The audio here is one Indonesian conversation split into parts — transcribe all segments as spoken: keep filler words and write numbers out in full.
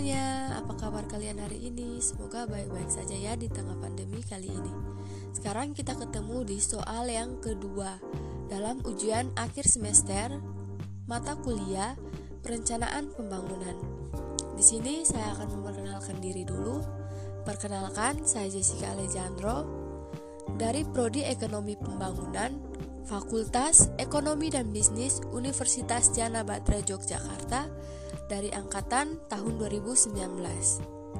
semuanya, apa kabar kalian hari ini? Semoga baik-baik saja ya di tengah pandemi kali ini. Sekarang kita ketemu di soal yang kedua dalam ujian akhir semester mata kuliah perencanaan pembangunan. Di sini saya akan memperkenalkan diri dulu. Perkenalkan, saya Jessica Alejandro dari Prodi Ekonomi Pembangunan, Fakultas Ekonomi dan Bisnis Universitas Djana Batra Yogyakarta dari angkatan tahun dua ribu sembilan belas.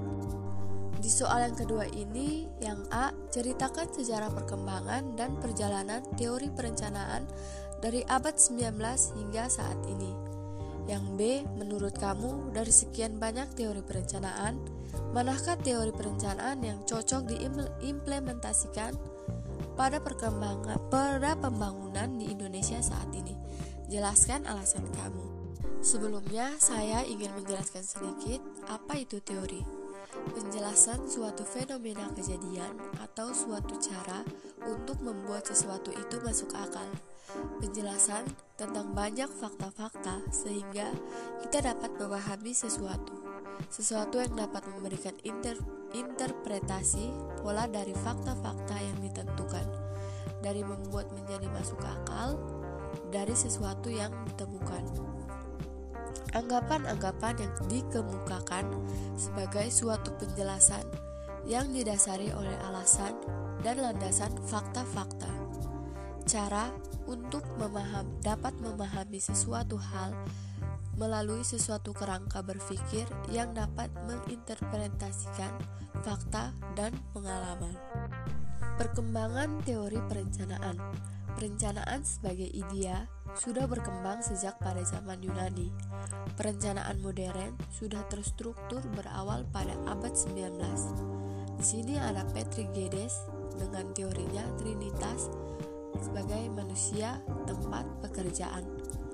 Di soal yang kedua ini, yang A, ceritakan sejarah perkembangan dan perjalanan teori perencanaan dari abad sembilan belas hingga saat ini. Yang B, menurut kamu dari sekian banyak teori perencanaan, manakah teori perencanaan yang cocok diimplementasikan pada perkembangan pada pembangunan di Indonesia saat ini? Jelaskan alasan kamu. Sebelumnya, saya ingin menjelaskan sedikit apa itu teori. Penjelasan suatu fenomena kejadian atau suatu cara untuk membuat sesuatu itu masuk akal. Penjelasan tentang banyak fakta-fakta sehingga kita dapat memahami sesuatu. Sesuatu yang dapat memberikan inter- interpretasi pola dari fakta-fakta yang ditentukan. Dari membuat menjadi masuk akal dari sesuatu yang ditemukan. Anggapan-anggapan yang dikemukakan sebagai suatu penjelasan yang didasari oleh alasan dan landasan fakta-fakta. Cara untuk memaham, dapat memahami sesuatu hal melalui sesuatu kerangka berpikir yang dapat menginterpretasikan fakta dan pengalaman. Perkembangan teori perencanaan. Perencanaan sebagai idea sudah berkembang sejak pada zaman Yunani. Perencanaan modern sudah terstruktur berawal pada abad sembilan belas. Di sini ada Patrick Geddes dengan teorinya Trinitas sebagai manusia, tempat, pekerjaan.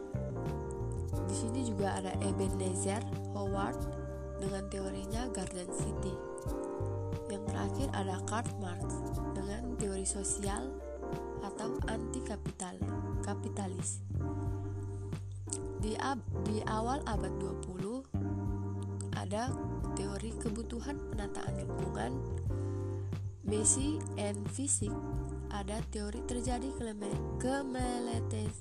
Di sini juga ada Ebenezer Howard dengan teorinya Garden City. Yang terakhir ada Karl Marx dengan teori sosial atau anti-kapital kapitalis. Di, ab, di awal abad dua puluh ada teori kebutuhan penataan lingkungan. Massey and Physics ada teori terjadi keleme- kemeletes,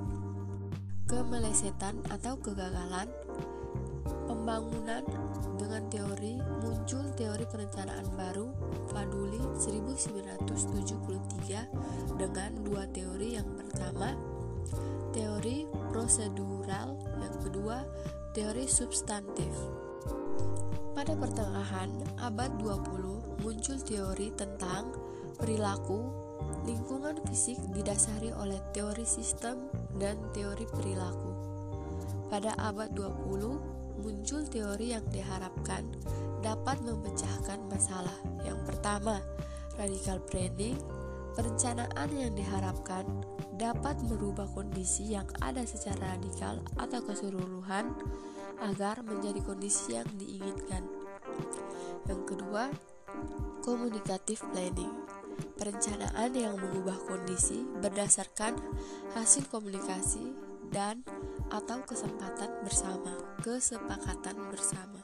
kemelesetan atau kegagalan pembangunan. Dengan teori muncul teori perencanaan baru Faduli seribu sembilan ratus tujuh puluh tiga dengan dua teori. Yang pertama teori prosedural, yang kedua teori substantif. Pada pertengahan abad dua puluh muncul teori tentang perilaku lingkungan fisik didasari oleh teori sistem dan teori perilaku. Pada abad dua puluh muncul teori yang diharapkan dapat memecahkan masalah. Yang pertama, radical planning, perencanaan yang diharapkan dapat merubah kondisi yang ada secara radikal atau keseluruhan agar menjadi kondisi yang diinginkan. Yang kedua, communicative planning, perencanaan yang mengubah kondisi berdasarkan hasil komunikasi dan atau kesempatan bersama, kesepakatan bersama.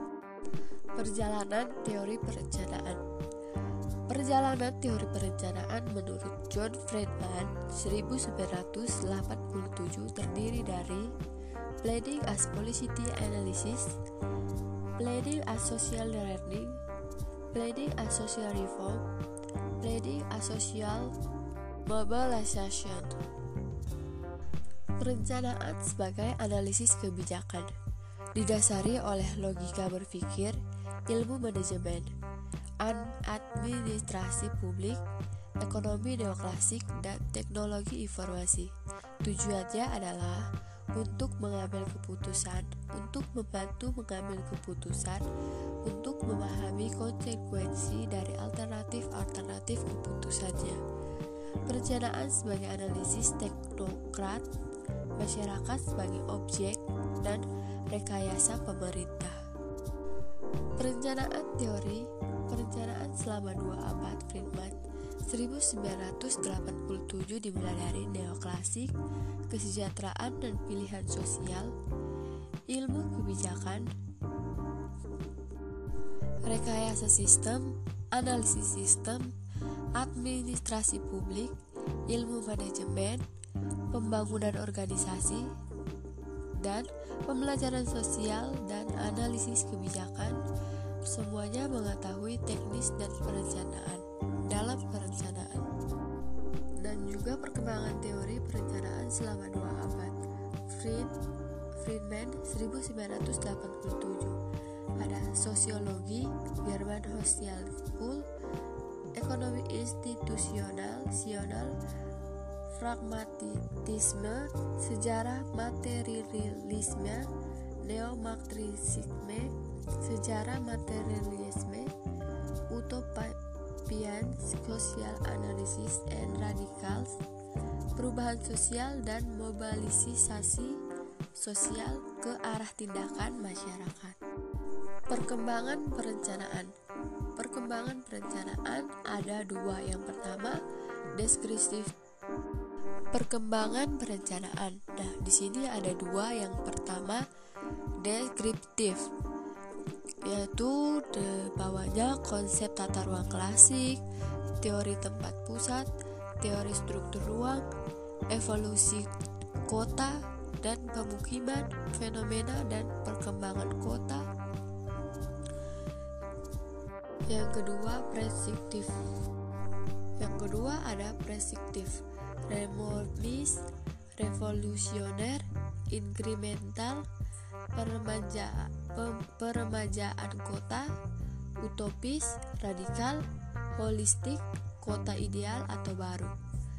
Perjalanan teori perencanaan. Perjalanan teori perencanaan menurut John Friedman seribu sembilan ratus delapan puluh tujuh terdiri dari planning as policy analysis, planning as social learning, planning as social reform, planning as social mobilization. Perencanaan sebagai analisis kebijakan didasari oleh logika berpikir, ilmu manajemen, administrasi publik, ekonomi neoklasik, dan teknologi informasi. Tujuannya adalah untuk mengambil keputusan, untuk membantu mengambil keputusan, untuk memahami konsekuensi dari alternatif-alternatif keputusannya. Perencanaan sebagai analisis teknokrat, masyarakat sebagai objek, dan rekayasa pemerintah. Perencanaan teori perencanaan selama dua abad Friedman seribu sembilan ratus delapan puluh tujuh dimulai dari neoklasik, kesejahteraan dan pilihan sosial, ilmu kebijakan, rekayasa sistem, analisis sistem, administrasi publik, ilmu manajemen, pembangunan organisasi, dan pembelajaran sosial dan analisis kebijakan. Semuanya mengetahui teknis dan perencanaan dalam perencanaan, dan juga perkembangan teori perencanaan selama dua abad. Fried, Friedman seribu sembilan ratus delapan puluh tujuh. Ada sosiologi, German Husserl School, ekonomi institusional, sional, pragmatisme, sejarah materialisme, neomarxisme, sejarah materialisme, utopian, social analysis and radicals, perubahan sosial dan mobilisasi sosial ke arah tindakan masyarakat. Perkembangan perencanaan. Perkembangan perencanaan ada dua. Yang pertama, deskriptif. Perkembangan perencanaan. Nah, di sini ada dua. Yang pertama, deskriptif, yaitu di bawahnya konsep tata ruang klasik, teori tempat pusat, teori struktur ruang, evolusi kota dan pemukiman, fenomena dan perkembangan kota. Yang kedua, preskriptif. Yang kedua ada preskriptif, reformis, revolusioner, inkremental, peremaja, peremajaan kota, utopis, radikal, holistik, kota ideal atau baru.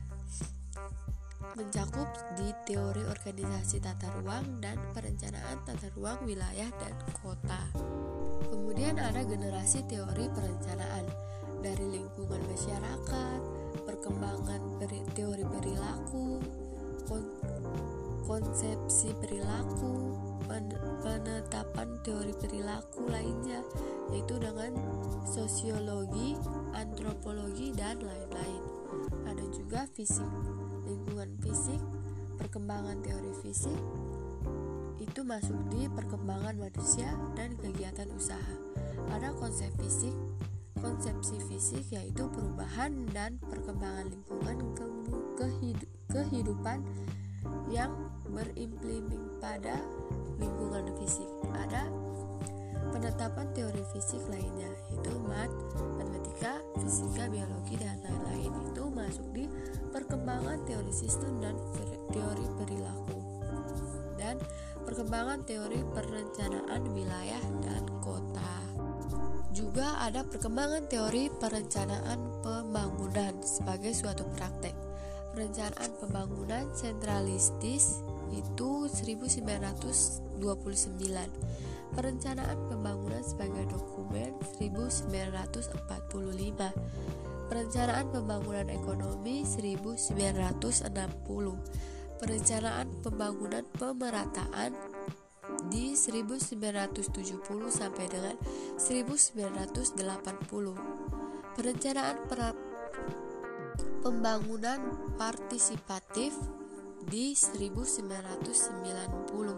Mencakup di teori organisasi tata ruang dan perencanaan tata ruang wilayah dan kota. Kemudian ada generasi teori perencanaan dari lingkungan masyarakat, perkembangan peri, teori perilaku, kon, konsepsi perilaku, pen, penetapan teori perilaku lainnya, yaitu dengan sosiologi, antropologi, dan lain-lain. Ada juga fisik, lingkungan fisik, perkembangan teori fisik, itu masuk di perkembangan manusia dan kegiatan usaha. Ada konsep fisik, konsepsi fisik, yaitu perubahan dan perkembangan lingkungan kehidupan yang berimplikasi pada lingkungan fisik. Ada penetapan teori fisik lainnya, yaitu mat, matematika, fisika, biologi, dan lain-lain. Itu masuk di perkembangan teori sistem dan teori perilaku, dan perkembangan teori perencanaan wilayah dan kota. Juga ada perkembangan teori perencanaan pembangunan sebagai suatu praktek. Perencanaan pembangunan sentralistis itu seribu sembilan ratus dua puluh sembilan. Perencanaan pembangunan sebagai dokumen seribu sembilan ratus empat puluh lima. Perencanaan pembangunan ekonomi seribu sembilan ratus enam puluh. Perencanaan pembangunan pemerataan di seribu sembilan ratus tujuh puluh sampai dengan seribu sembilan ratus delapan puluh. Perencanaan pra- pembangunan partisipatif di seribu sembilan ratus sembilan puluh.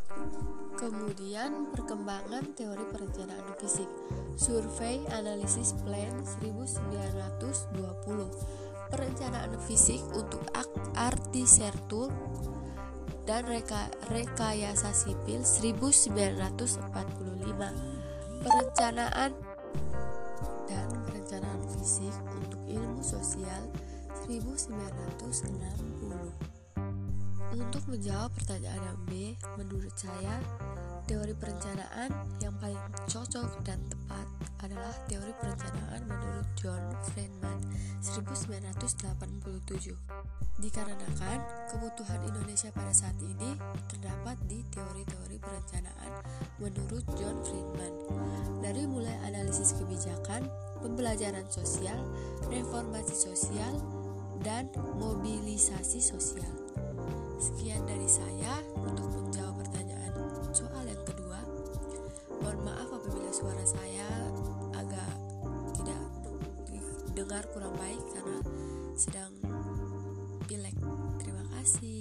Kemudian perkembangan teori perencanaan fisik, survei analisis plan seribu sembilan ratus dua puluh. Perencanaan fisik untuk arsitektur dan reka, rekayasa sipil seribu sembilan ratus empat puluh lima. Perencanaan dan perencanaan fisik untuk ilmu sosial seribu sembilan ratus enam puluh. Untuk menjawab pertanyaan yang B, menurut saya teori perencanaan yang paling cocok dan tepat adalah teori perencanaan menurut John Friedman seribu sembilan ratus delapan puluh tujuh. Dikarenakan kebutuhan Indonesia pada saat ini terdapat di teori-teori perencanaan menurut John Friedman, dari mulai analisis kebijakan, pembelajaran sosial, reformasi sosial, dan mobilisasi sosial. Sekian dari saya untuk menjawab pertanyaan soal yang kedua. Mohon maaf apabila suara saya agak tidak didengar kurang baik karena sedang pilek. Terima kasih.